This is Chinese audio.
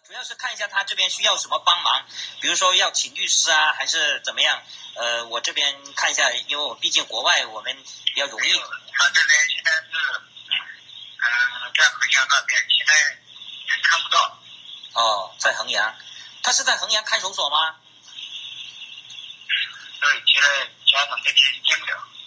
主要是看一下他这边需要什么帮忙，比如说要请律师啊，还是怎么样？我这边看一下，因为我毕竟国外我们比较容易。 他这边现在是，在衡阳那边，现在人看不到。 哦，在衡阳，他是在衡阳看守所吗？ 对，现在家长这边见不了。